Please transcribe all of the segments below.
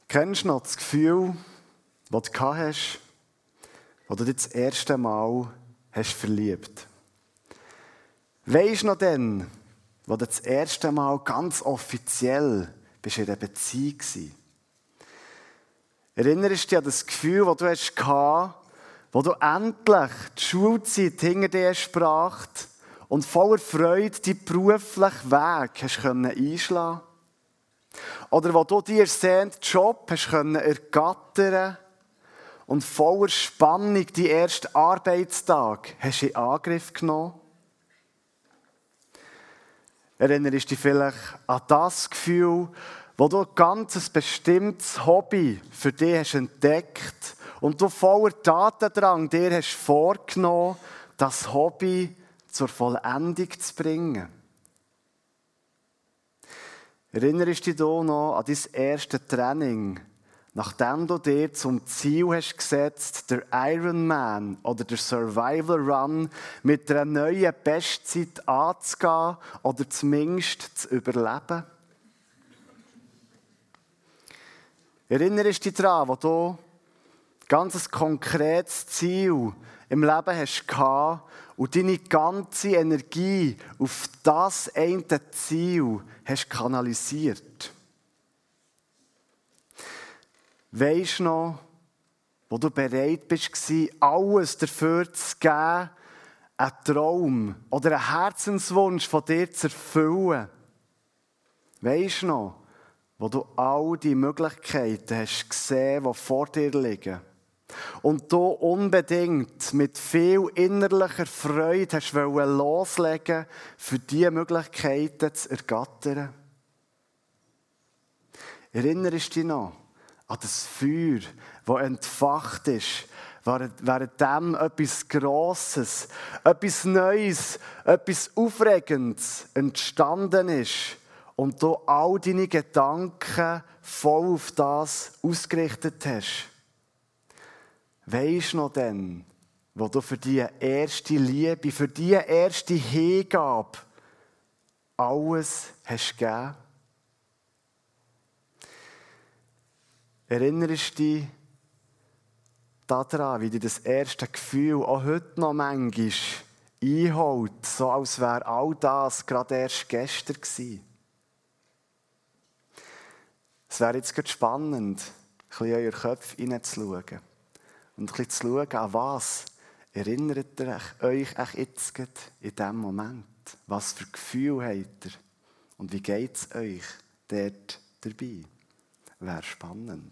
Kennst du noch das Gefühl, das du gehabt hast, als du dich das erste Mal hast verliebt? Weisst du noch dann, als du das erste Mal ganz offiziell bist in einer Beziehung warst? Erinnerst du dich an das Gefühl, das du hattest, wo du endlich die Schulzeit hinter dir sprach und voller Freude deinen beruflichen Weg hast einschlagen? Oder wo du dir ersehnten Job hast ergattern und voller Spannung deinen ersten Arbeitstag hast in Angriff genommen? Erinnerst du dich vielleicht an das Gefühl, wo du ein ganz bestimmtes Hobby für dich hast entdeckt und du voller Tatendrang dir hast vorgenommen, das Hobby zur Vollendung zu bringen? Erinnerst du dich noch an dein erstes Training, nachdem du dir zum Ziel hast gesetzt, der Ironman oder der Survival Run mit einer neuen Bestzeit anzugehen oder zumindest zu überleben? Erinnerst du dich daran, wo du ganz ein konkretes Ziel im Leben hast und deine ganze Energie auf das eine Ziel hast kanalisiert? Weisst du noch, wo du bereit warst, alles dafür zu geben, einen Traum oder einen Herzenswunsch von dir zu erfüllen? Weisst du noch, wo du all die Möglichkeiten hast gesehen, die vor dir liegen? Und du unbedingt mit viel innerlicher Freude hast loslegen, für diese Möglichkeiten zu ergattern? Erinnerst du dich noch an das Feuer, das entfacht ist, währenddem etwas Grosses, etwas Neues, etwas Aufregendes entstanden ist und du all deine Gedanken voll auf das ausgerichtet hast? Weisst du noch dann, wo du für die erste Liebe, für die erste Hingabe alles hast gegeben? Erinnerst du dich daran, wie dir das erste Gefühl auch heute noch manchmal einholt, so als wäre all das gerade erst gestern gewesen? Es wäre jetzt gerade spannend, ein bisschen in eure Köpfe hineinzuschauen. Und ein bisschen zu schauen, an was erinnert ihr euch jetzt gerade in diesem Moment? Was für Gefühle habt ihr? Und wie geht es euch dort dabei? Wäre spannend.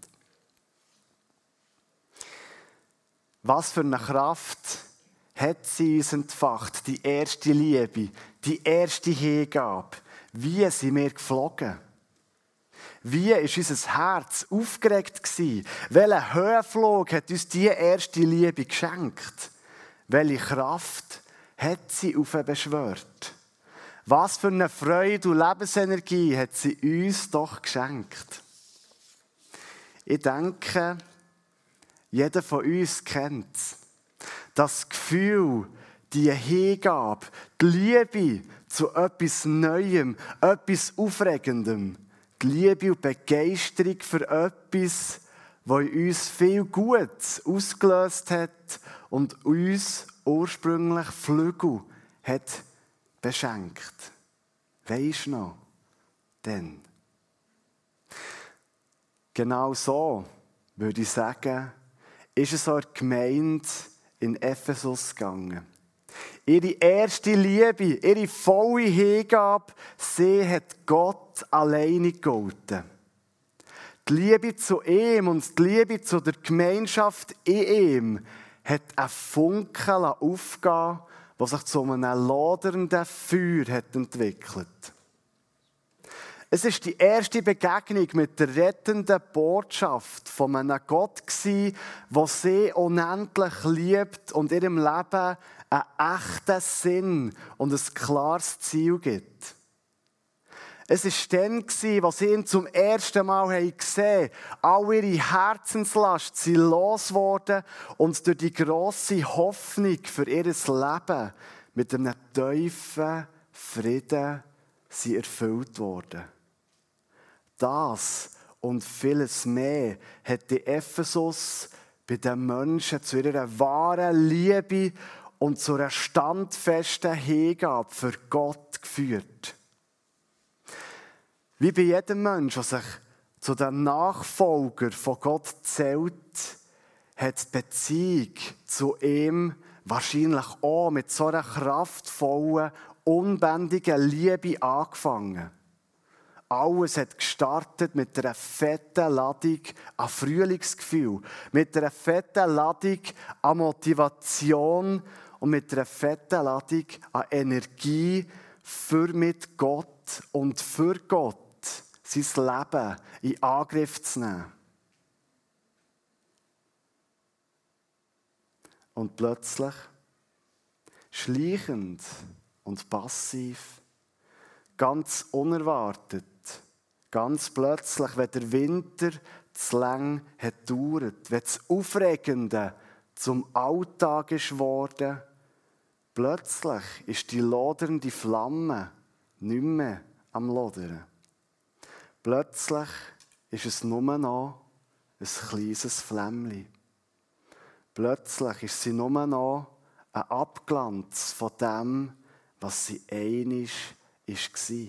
Was für eine Kraft hat sie uns entfacht, die erste Liebe, die erste Hingabe? Wie sind wir geflogen? Wie war unser Herz aufgeregt gewesen? Welcher Höhenflug hat uns diese erste Liebe geschenkt? Welche Kraft hat sie beschwört? Was für eine Freude und Lebensenergie hat sie uns doch geschenkt? Ich denke, jeder von uns kennt es. Das Gefühl, die Hingabe, die Liebe zu etwas Neuem, etwas Aufregendem. Die Liebe und Begeisterung für etwas, das in uns viel Gutes ausgelöst hat und uns ursprünglich Flügel hat beschenkt. Weisst du noch? Denn genau so, würde ich sagen, ist es auch der Gemeinde in Ephesus gegangen. Ihre erste Liebe, ihre volle Hingabe, sie hat Gott alleine gegolten. Die Liebe zu ihm und die Liebe zu der Gemeinschaft in ihm hat einen Funken aufgehen, der sich zu einem lodernden Feuer hat entwickelt. Es war die erste Begegnung mit der rettenden Botschaft von einem Gott, der sie unendlich liebt und ihrem Leben einen echten Sinn und ein klares Ziel gibt. Es war dann, als sie ihn zum ersten Mal gesehen haben. All ihre Herzenslast sind losgeworden und durch die grosse Hoffnung für ihr Leben mit einem tiefen Frieden sie erfüllt worden. Das und vieles mehr hat die Ephesus bei den Menschen zu ihrer wahren Liebe und zu einer standfesten Hingabe für Gott geführt. Wie bei jedem Menschen, der sich zu den Nachfolgern von Gott zählt, hat die Beziehung zu ihm wahrscheinlich auch mit so einer kraftvollen, unbändigen Liebe angefangen. Alles hat gestartet mit einer fetten Ladung an Frühlingsgefühl, mit einer fetten Ladung an Motivation und mit einer fetten Ladung an Energie für mit Gott und für Gott sein Leben in Angriff zu nehmen. Und plötzlich, schleichend und passiv, ganz unerwartet, ganz plötzlich, wenn der Winter zu lang hat gedauert, wenn das Aufregende zum Alltag ist geworden, plötzlich ist die lodernde Flamme nicht mehr am Lodern. Plötzlich ist es nur noch ein kleines Flämmchen. Plötzlich ist sie nur noch ein Abglanz von dem, was sie einmal war. Die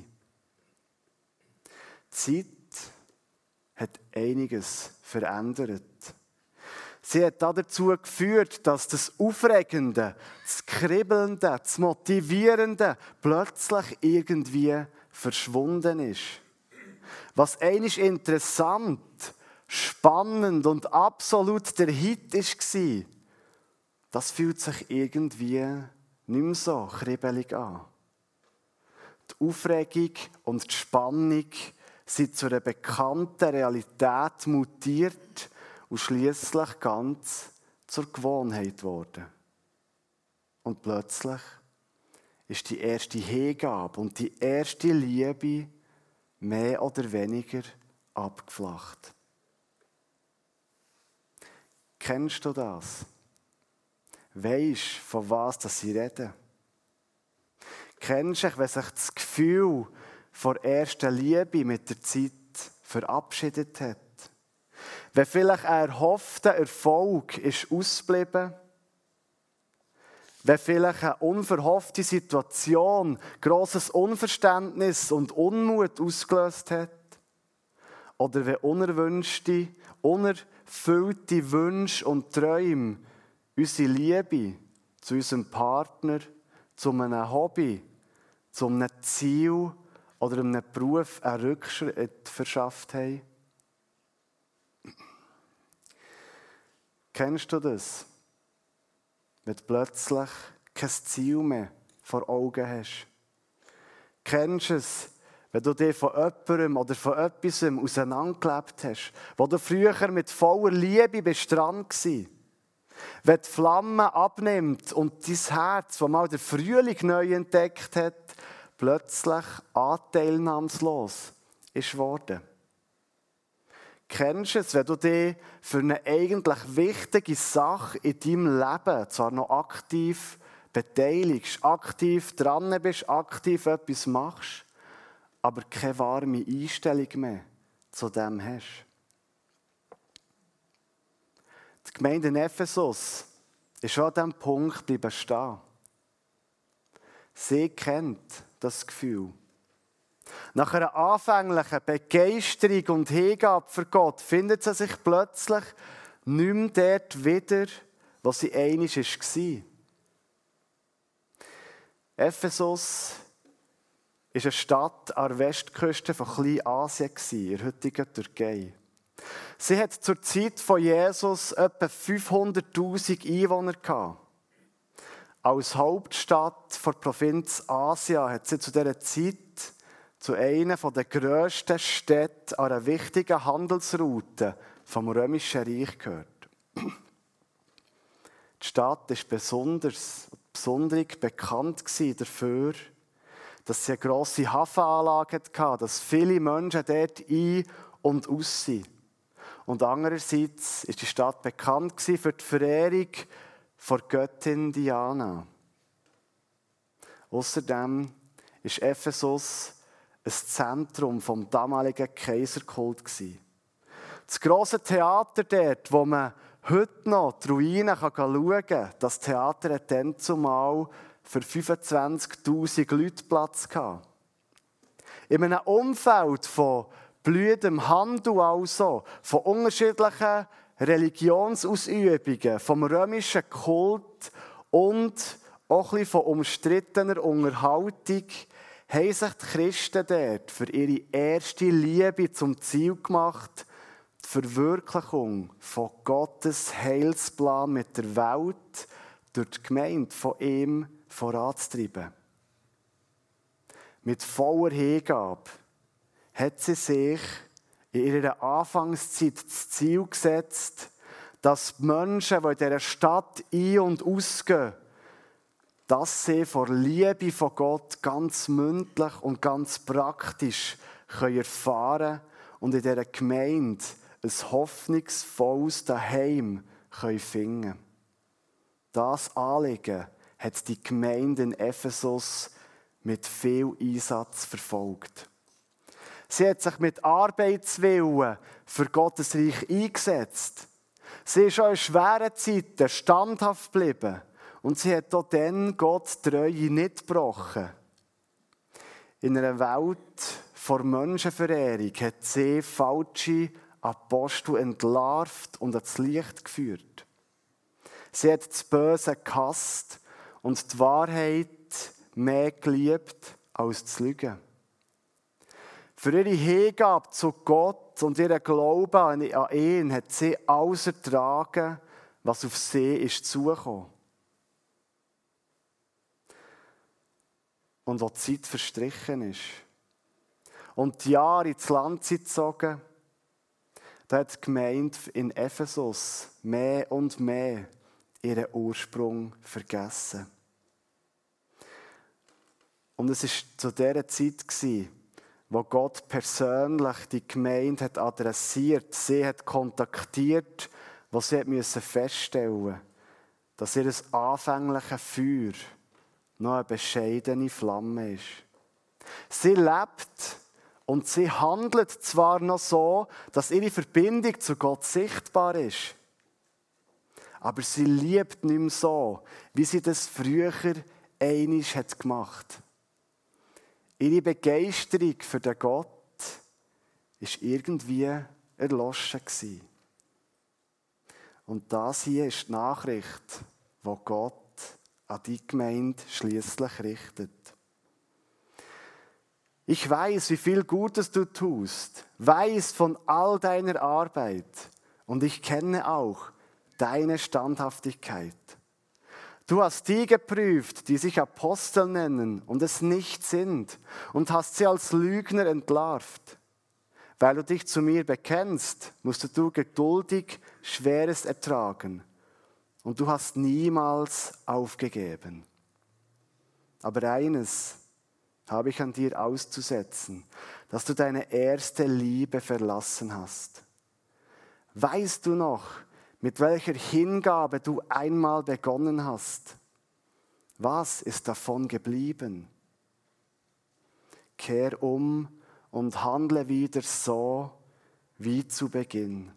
Zeit hat einiges verändert. Sie hat dazu geführt, dass das Aufregende, das Kribbelnde, das Motivierende plötzlich irgendwie verschwunden ist. Was einmal interessant, spannend und absolut der Hit war, das fühlt sich irgendwie nicht mehr so kribbelig an. Die Aufregung und die Spannung sind zu einer bekannten Realität mutiert und schliesslich ganz zur Gewohnheit geworden. Und plötzlich ist die erste Hingabe und die erste Liebe mehr oder weniger abgeflacht. Kennst du das? Weisst, von was sie reden? Kennst du, wenn sich das Gefühl von erster Liebe mit der Zeit verabschiedet hat? Wenn vielleicht ein erhoffter Erfolg ist ausgeblieben? Wenn vielleicht eine unverhoffte Situation grosses Unverständnis und Unmut ausgelöst hat? Oder wenn unerwünschte, unerfüllte Wünsche und Träume unsere Liebe zu unserem Partner, zu einem Hobby, zu einem Ziel oder einem Beruf einen Rückschritt verschafft haben? Kennst du das? Wenn du plötzlich kein Ziel mehr vor Augen hast. Kennst du es, wenn du dich von jemandem oder von etwas auseinandergelebt hast, wo du früher mit voller Liebe dran warst? Wenn die Flamme abnimmt und dein Herz, das mal der Frühling neu entdeckt hat, plötzlich anteilnahmslos ist geworden. Kennst du es, wenn du dich für eine eigentlich wichtige Sache in deinem Leben zwar noch aktiv beteiligst, aktiv dran bist, aktiv etwas machst, aber keine warme Einstellung mehr zu dem hast? Die Gemeinde in Ephesus ist schon an diesem Punkt bleiben stehen. Sie kennt das Gefühl. Nach einer anfänglichen Begeisterung und Hingabe für Gott findet sie sich plötzlich nicht mehr dort wieder, wo sie einmal war. Ephesus war eine Stadt an der Westküste von Kleinasien, in der heutigen Türkei. Sie hat zur Zeit von Jesus etwa 500'000 Einwohner gehabt. Als Hauptstadt der Provinz Asia hat sie zu dieser Zeit zu einer der grössten Städte an einer wichtigen Handelsroute vom Römischen Reich gehört. Die Stadt war besonders bekannt dafür, dass sie eine grosse Hafenanlage hatte, dass viele Menschen dort ein- und aus sind. Und andererseits ist die Stadt bekannt für die Verehrung der Göttin Diana. Außerdem ist Ephesus ein Zentrum vom damaligen Kaiserkult. Das grosse Theater dort, wo man heute noch die Ruinen schauen kann, das Theater hat dann zumal für 25'000 Leute Platz gehabt. In einem Umfeld von blühendem Handel, also, von unterschiedlichen Religionsausübungen, vom römischen Kult und auch ein bisschen von umstrittener Unterhaltung, haben sich die Christen dort für ihre erste Liebe zum Ziel gemacht, die Verwirklichung von Gottes Heilsplan mit der Welt durch die Gemeinde von ihm voranzutreiben. Mit voller Hingabe hat sie sich in ihrer Anfangszeit das Ziel gesetzt, dass die Menschen, die in dieser Stadt ein- und ausgehen, dass sie vor Liebe von Gott ganz mündlich und ganz praktisch erfahren können und in dieser Gemeinde ein hoffnungsvolles Daheim finden können. Das Anliegen hat die Gemeinde in Ephesus mit viel Einsatz verfolgt. Sie hat sich mit Arbeitswillen für Gottes Reich eingesetzt. Sie ist auch in schweren Zeiten standhaft geblieben. Und sie hat auch dann Gott Treue nicht gebrochen. In einer Welt vor Menschenverehrung hat sie falsche Apostel entlarvt und ans Licht geführt. Sie hat das Böse gehasst und die Wahrheit mehr geliebt als das Lügen. Für ihre Hingabe zu Gott und ihren Glauben an ihn hat sie alles ertragen, was auf sie ist zugekommen. Und als die Zeit verstrichen ist und die Jahre ins Land sind gezogen, da hat die Gemeinde in Ephesus mehr und mehr ihren Ursprung vergessen. Und es war zu dieser Zeit, wo Gott persönlich die Gemeinde hat adressiert, sie hat kontaktiert, wo sie feststellen musste, dass ihr anfängliches Feuer noch eine bescheidene Flamme ist. Sie lebt und sie handelt zwar noch so, dass ihre Verbindung zu Gott sichtbar ist, aber sie liebt nicht mehr so, wie sie das früher einmal gemacht hat. Ihre Begeisterung für den Gott war irgendwie erloschen. Und das hier ist die Nachricht, die Gott an die Gemeinde schliesslich richtet. Ich weiß, wie viel Gutes du tust, weiß von all deiner Arbeit und ich kenne auch deine Standhaftigkeit. Du hast die geprüft, die sich Apostel nennen und es nicht sind und hast sie als Lügner entlarvt. Weil du dich zu mir bekennst, musst du geduldig Schweres ertragen. Und du hast niemals aufgegeben. Aber eines habe ich an dir auszusetzen, dass du deine erste Liebe verlassen hast. Weißt du noch, mit welcher Hingabe du einmal begonnen hast? Was ist davon geblieben? Kehr um und handle wieder so wie zu Beginn.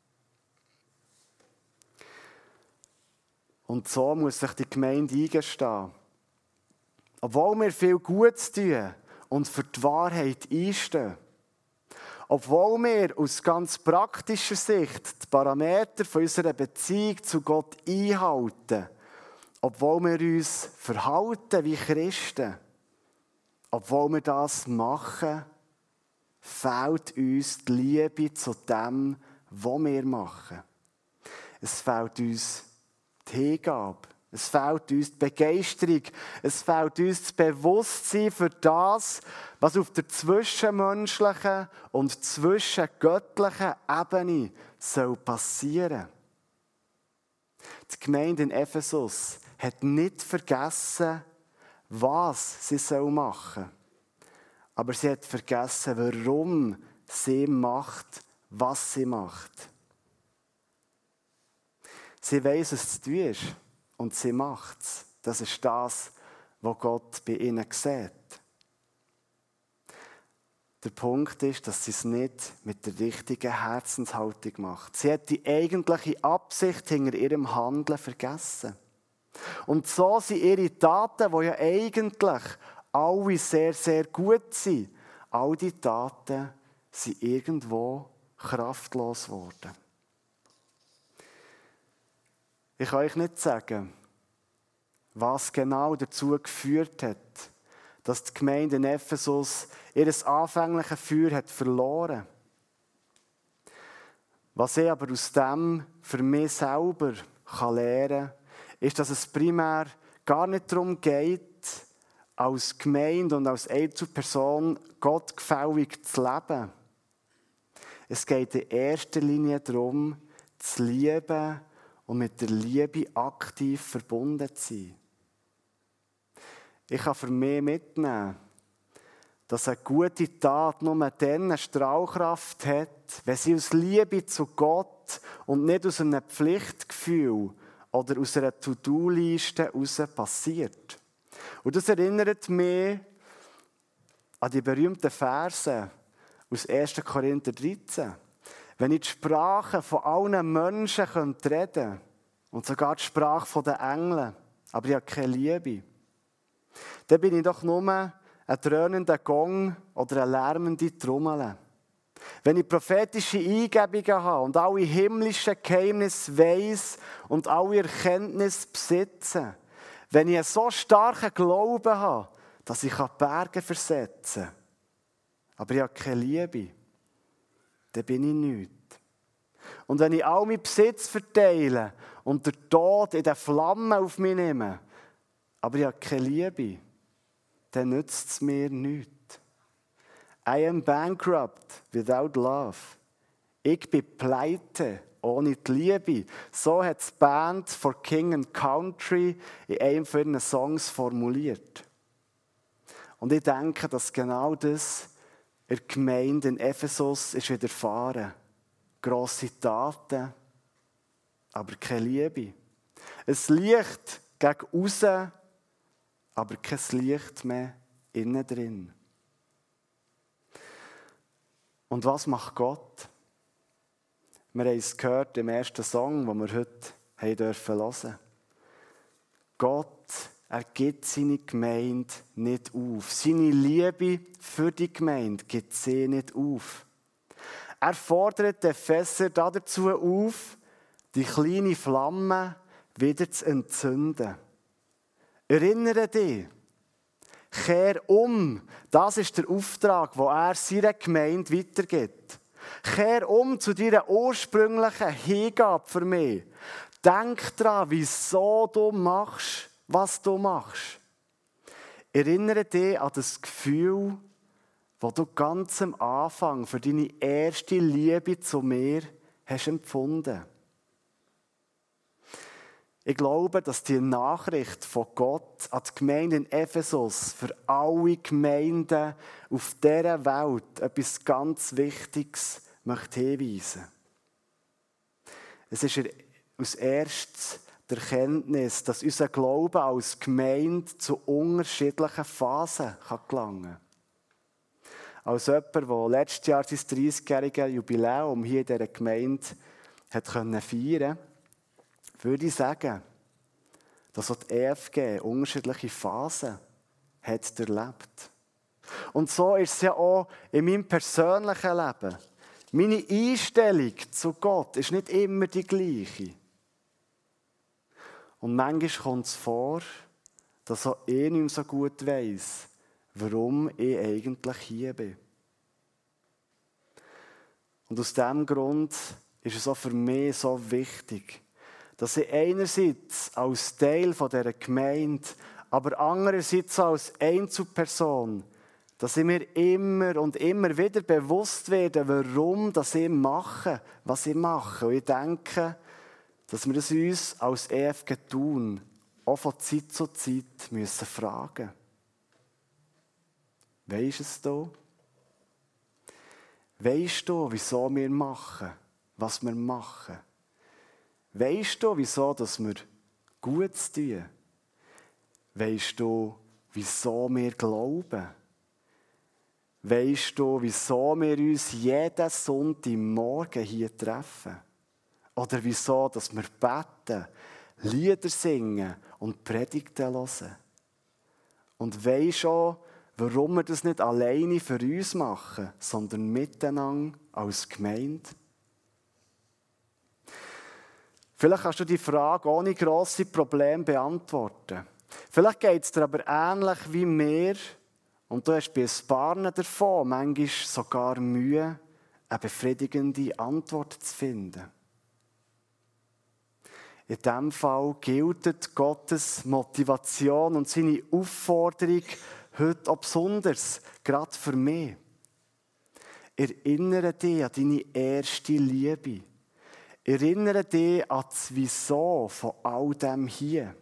Und so muss sich die Gemeinde eingestehen. Obwohl wir viel Gutes tun und für die Wahrheit einstehen, obwohl wir aus ganz praktischer Sicht die Parameter von unserer Beziehung zu Gott einhalten, obwohl wir uns verhalten wie Christen, obwohl wir das machen, fehlt uns die Liebe zu dem, was wir machen. Es fehlt uns die Hingabe. Es fehlt uns die Begeisterung. Es fehlt uns das Bewusstsein für das, was auf der zwischenmenschlichen und zwischengöttlichen Ebene passieren soll. Die Gemeinde in Ephesus hat nicht vergessen, was sie machen soll. Aber sie hat vergessen, warum sie macht, was sie macht. Sie weiss, was zu tun ist. Und sie macht es. Das ist das, was Gott bei ihnen sieht. Der Punkt ist, dass sie es nicht mit der richtigen Herzenshaltung macht. Sie hat die eigentliche Absicht hinter ihrem Handeln vergessen. Und so sind ihre Taten, die ja eigentlich alle sehr, sehr gut sind, all die Taten sind irgendwo kraftlos geworden. Ich kann euch nicht sagen, was genau dazu geführt hat, dass die Gemeinde in Ephesus ihr anfängliches Feuer hat verloren. Was ich aber aus dem für mich selber lernen kann, ist, dass es primär gar nicht darum geht, als Gemeinde und als Einzelperson gottgefällig zu leben. Es geht in erster Linie darum, zu lieben und mit der Liebe aktiv verbunden zu sein. Ich kann für mich mitnehmen, dass eine gute Tat nur dann eine Strahlkraft hat, wenn sie aus Liebe zu Gott und nicht aus einem Pflichtgefühl oder aus einer To-Do-Liste heraus passiert. Und das erinnert mich an die berühmten Verse aus 1. Korinther 13. Wenn ich die Sprache von allen Menschen reden könnte, und sogar die Sprache der Engel, aber ich habe keine Liebe, dann bin ich doch nur ein dröhnender Gong oder eine lärmende Trommel. Wenn ich prophetische Eingebungen habe und alle himmlischen Geheimnisse weiss und alle Erkenntnis besitze, wenn ich einen so starken Glauben habe, dass ich Berge versetzen kann, aber ich habe keine Liebe, dann bin ich nichts. Und wenn ich all meinen Besitz verteile und den Tod in den Flammen auf mich nehme, aber ich habe keine Liebe, dann nützt es mir nichts. I am bankrupt without love. Ich bin pleite ohne die Liebe. So hat die Band For King and Country in einem von ihren Songs formuliert. Und ich denke, dass genau das in der Gemeinde in Ephesus ist widerfahren. Grosse Taten, aber keine Liebe. Ein Licht gegen aussen, aber kein Licht mehr innen drin. Und was macht Gott? Wir haben es gehört im ersten Song, den wir heute hören dürfen. Gott, er gibt seine Gemeinde nicht auf. Seine Liebe für die Gemeinde gibt sie nicht auf. Er fordert den Epheser dazu auf, die kleine Flamme wieder zu entzünden. Erinnere dich, kehr um. Das ist der Auftrag, den er seiner Gemeinde weitergibt. Kehr um zu deiner ursprünglichen Hingabe für mich. Denk daran, wieso du machst, was du machst. Erinnere dich an das Gefühl, das du ganz am Anfang für deine erste Liebe zu mir hast empfunden. Ich glaube, dass die Nachricht von Gott an die Gemeinde in Ephesus für alle Gemeinden auf dieser Welt etwas ganz Wichtiges möchte hinweisen. Es ist aus erstes die Erkenntnis, dass unser Glaube als Gemeinde zu unterschiedlichen Phasen gelangen kann. Als jemand, der letztes Jahr sein 30-jähriges Jubiläum hier in dieser Gemeinde feiern konnte, würde ich sagen, dass auch die EFG unterschiedliche Phasen hat erlebt. Und so ist es ja auch in meinem persönlichen Leben. Meine Einstellung zu Gott ist nicht immer die gleiche. Und manchmal kommt es vor, dass auch ich nicht mehr so gut weiss, warum ich eigentlich hier bin. Und aus diesem Grund ist es auch für mich so wichtig, dass ich einerseits als Teil dieser Gemeinde, aber andererseits als Einzelperson, dass ich mir immer und immer wieder bewusst werde, warum ich mache, was ich mache. Und ich denke, dass wir das uns als EFG tun, auch von Zeit zu Zeit müssen fragen. Weisst es du? Weisst du, wieso wir machen, was wir machen? Weisst du, wieso dass wir Gutes tun? Weisst du, wieso wir glauben? weisst du, wieso wir uns jeden Sonntagmorgen hier treffen? Oder wieso, dass wir beten, Lieder singen und Predigten hören? Und weisst auch, warum wir das nicht alleine für uns machen, sondern miteinander als Gemeinde? Vielleicht kannst du die Frage ohne grosse Probleme beantworten. Vielleicht geht es dir aber ähnlich wie mir, und du hast bei ein paar davon manchmal sogar Mühe, eine befriedigende Antwort zu finden. In diesem Fall gilt Gottes Motivation und seine Aufforderung heute auch besonders, gerade für mich. Erinnere dich an deine erste Liebe. Erinnere dich an das Wieso von all dem hier.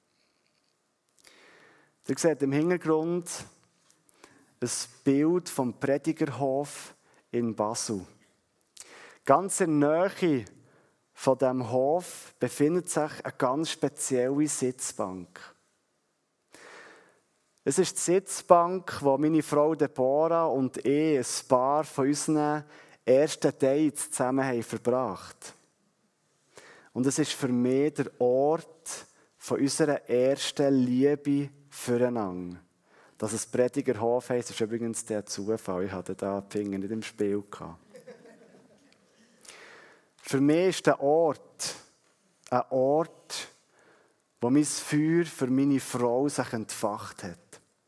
Ihr seht im Hintergrund ein Bild vom Predigerhof in Basel. Ganz in der Nähe von diesem Hof befindet sich eine ganz spezielle Sitzbank. Es ist die Sitzbank, wo meine Frau Deborah und ich ein paar von unseren ersten Dates zusammen haben verbracht. Und es ist für mich der Ort von unserer ersten Liebe füreinander. Dass es Predigerhof heisst, ist übrigens der Zufall. Ich hatte da die Finger nicht im Spiel gehabt. Für mich ist der Ort ein Ort, wo mein Feuer für meine Frau sich entfacht hat.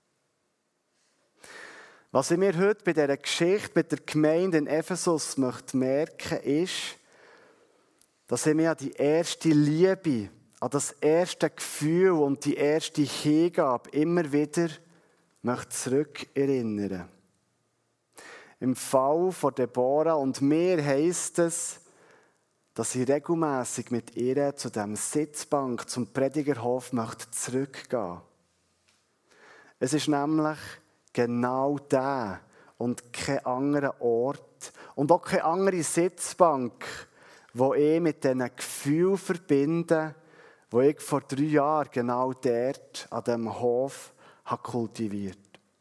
Was ich mir heute bei dieser Geschichte mit der Gemeinde in Ephesus möchte merken, ist, dass ich mich an die erste Liebe, an das erste Gefühl und die erste Hingabe immer wieder möchte zurückerinnern. Im Fall von Deborah und mir heisst es, dass ich regelmässig mit ihr zu dem Sitzbank, zum Predigerhof möchte zurückgehen. Es ist nämlich genau der und kein anderer Ort und auch keine andere Sitzbank, wo ich mit diesen Gefühlen verbinde, wo ich vor 3 Jahren genau dort an diesem Hof kultiviert.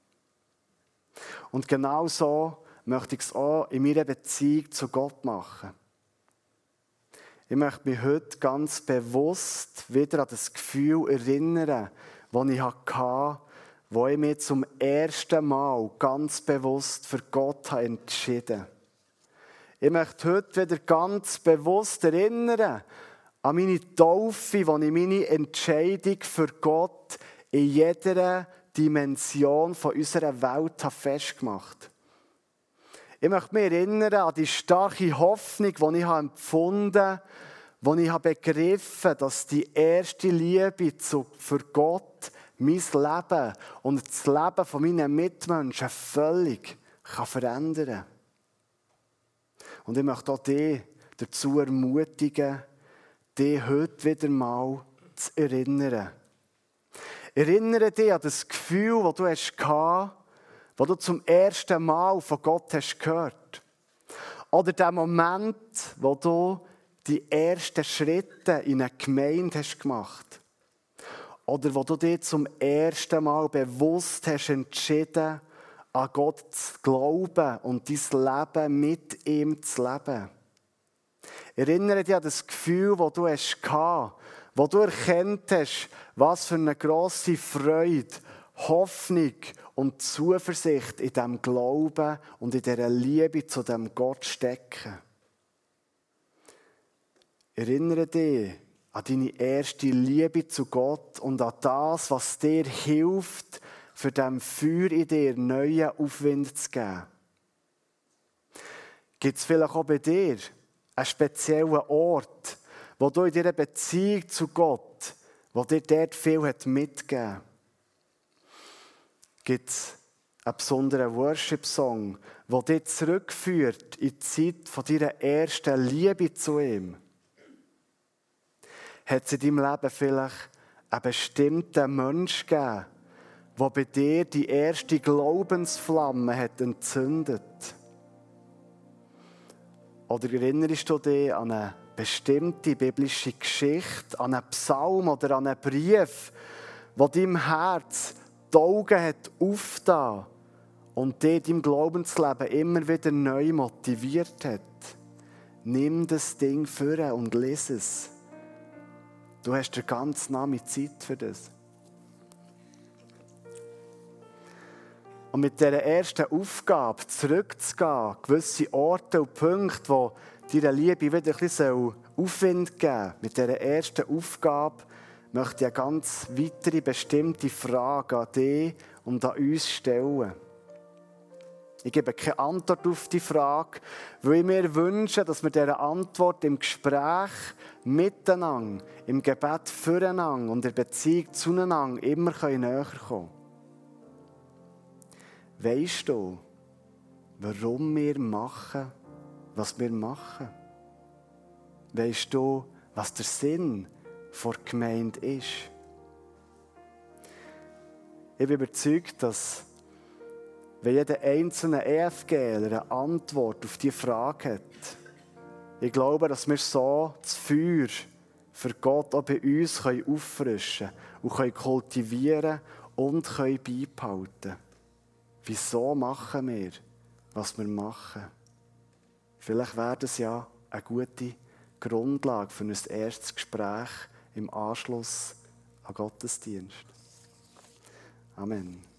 Und genau so möchte ich es auch in meiner Beziehung zu Gott machen. Ich möchte mich heute ganz bewusst wieder an das Gefühl erinnern, das ich hatte, wo ich mich zum ersten Mal ganz bewusst für Gott entschieden habe. Ich möchte heute wieder ganz bewusst erinnern an meine Taufe, wo ich meine Entscheidung für Gott in jeder Dimension von unserer Welt festgemacht habe. Ich möchte mich erinnern an die starke Hoffnung, die ich empfunden habe, wo ich begriffen habe, dass die erste Liebe für Gott mein Leben und das Leben von meinen Mitmenschen völlig verändern kann. Und ich möchte auch dich dazu ermutigen, dich heute wieder mal zu erinnern. Erinnere dich an das Gefühl, das du hattest, wo du zum ersten Mal von Gott hast gehört. Oder den Moment, wo du die ersten Schritte in eine Gemeinde hast gemacht. Oder wo du dich zum ersten Mal bewusst hast entschieden, an Gott zu glauben und dein Leben mit ihm zu leben. Erinnere dich an das Gefühl, das du hattest, wo du erkannt hast, was für eine grosse Freude, Hoffnung und Zuversicht in diesem Glauben und in dieser Liebe zu diesem Gott stecken. Erinnere dich an deine erste Liebe zu Gott und an das, was dir hilft, für dem Feuer in dir neuen Aufwind zu geben. Gibt es vielleicht auch bei dir einen speziellen Ort, wo du in deiner Beziehung zu Gott, wo dir dort viel mitgegeben hat? Gibt es einen besonderen Worship-Song, der dich zurückführt in die Zeit von deiner ersten Liebe zu ihm? Hat es in deinem Leben vielleicht einen bestimmten Menschen gegeben, der bei dir die erste Glaubensflamme hat entzündet? Oder erinnerst du dich an eine bestimmte biblische Geschichte, an einen Psalm oder an einen Brief, der deinem Herz die Augen hat aufgetan und dich in deinem Glaubensleben immer wieder neu motiviert hat, nimm das Ding vor und lies es. Du hast den ganzen Namen Zeit für das. Und mit dieser ersten Aufgabe zurückzugehen, gewisse Orte und Punkte, die deiner Liebe wieder ein bisschen Aufwind geben sollen, mit dieser ersten Aufgabe möchte ich eine ganz weitere, bestimmte Frage an dich und an uns stellen. Ich gebe keine Antwort auf die Frage, weil ich mir wünsche, dass wir dieser Antwort im Gespräch miteinander, im Gebet füreinander und in der Beziehung zueinander immer näher kommen können. Weisst du, warum wir machen, was wir machen? Weisst du, was der Sinn der Gemeinde ist? Ich bin überzeugt, dass wenn jeder einzelne EFGler eine Antwort auf diese Frage hat, ich glaube, dass wir so das Feuer für Gott auch bei uns auffrischen und kultivieren und beibehalten können. Wieso machen wir, was wir machen? Vielleicht wäre das ja eine gute Grundlage für ein erstes Gespräch im Anschluss an Gottesdienst. Amen.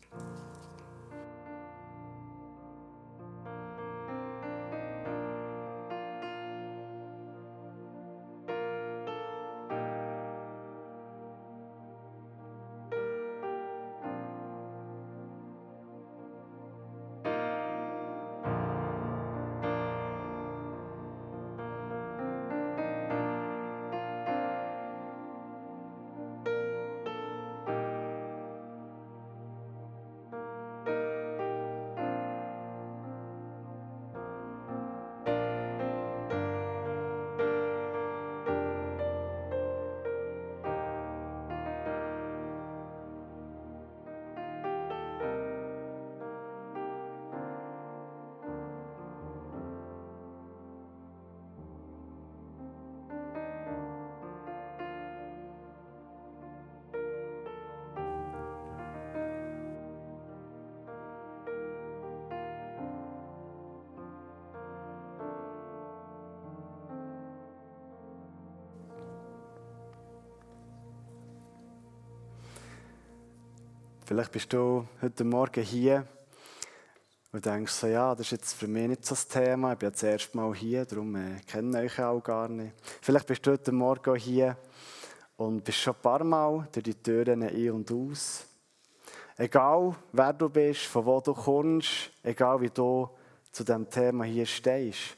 Vielleicht bist du heute Morgen hier und denkst so, ja, das ist jetzt für mich nicht so das Thema. Ich bin ja das erste Mal hier, darum kenne ich euch auch gar nicht. Vielleicht bist du heute Morgen hier und bist schon ein paar Mal durch die Türen ein- und aus. Egal, wer du bist, von wo du kommst, egal wie du zu diesem Thema hier stehst.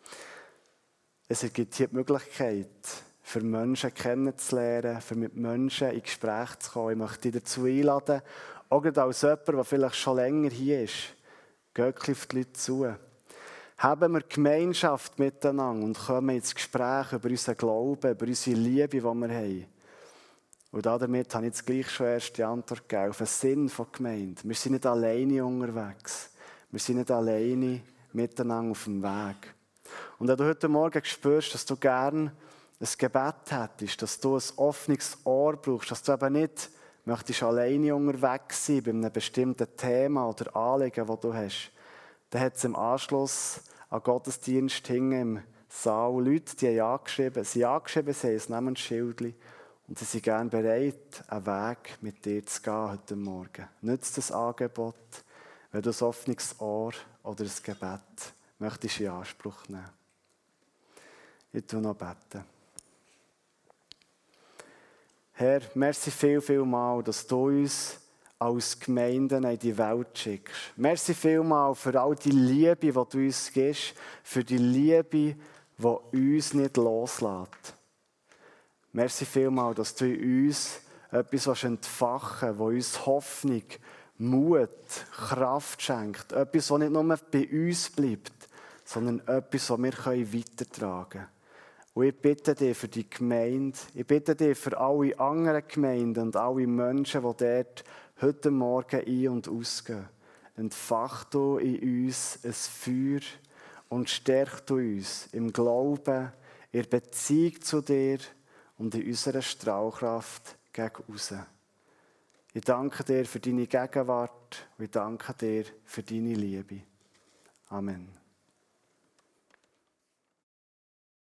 Es gibt hier die Möglichkeit, für Menschen kennenzulernen, für mit Menschen in Gespräch zu kommen. Ich möchte dich dazu einladen, auch gerade als jemand, der vielleicht schon länger hier ist. Geht auf die Leute zu. Haben wir Gemeinschaft miteinander und kommen ins Gespräch über unseren Glauben, über unsere Liebe, die wir haben. Und damit habe ich jetzt gleich schon erst die Antwort gegeben auf den Sinn der Gemeinde. Wir sind nicht alleine unterwegs. Wir sind nicht alleine miteinander auf dem Weg. Und wenn du heute Morgen spürst, dass du gerne ein Gebet hättest, dass du ein offenes Ohr brauchst, dass du eben nicht möchtest alleine unterwegs sein bei einem bestimmten Thema oder Anliegen, das du hast, dann hat es im Anschluss an Gottesdienst hinten im Saal Leute, die haben angeschrieben, sie haben ein Namensschild und sie sind gerne bereit, einen Weg mit dir zu gehen heute Morgen. Nutze das Angebot, wenn du ein offenes Ohr oder ein Gebet möchtest in Anspruch nehmen. Ich tue noch beten. Herr, merci viel mal, dass du uns als Gemeinden in die Welt schickst. Merci viel mal für all die Liebe, die du uns gibst, für die Liebe, die uns nicht loslässt. Merci viel mal, dass du in uns etwas entfachen willst, was uns Hoffnung, Mut, Kraft schenkt. Etwas, das nicht nur bei uns bleibt, sondern etwas, das wir weitertragen können. Und ich bitte dich für die Gemeinde, ich bitte dich für alle anderen Gemeinden und alle Menschen, die dort heute Morgen ein- und ausgehen. Entfach du in uns ein Feuer und stärk du uns im Glauben, in der Beziehung zu dir und in unserer Strahlkraft gegen aussen. Ich danke dir für deine Gegenwart und ich danke dir für deine Liebe. Amen.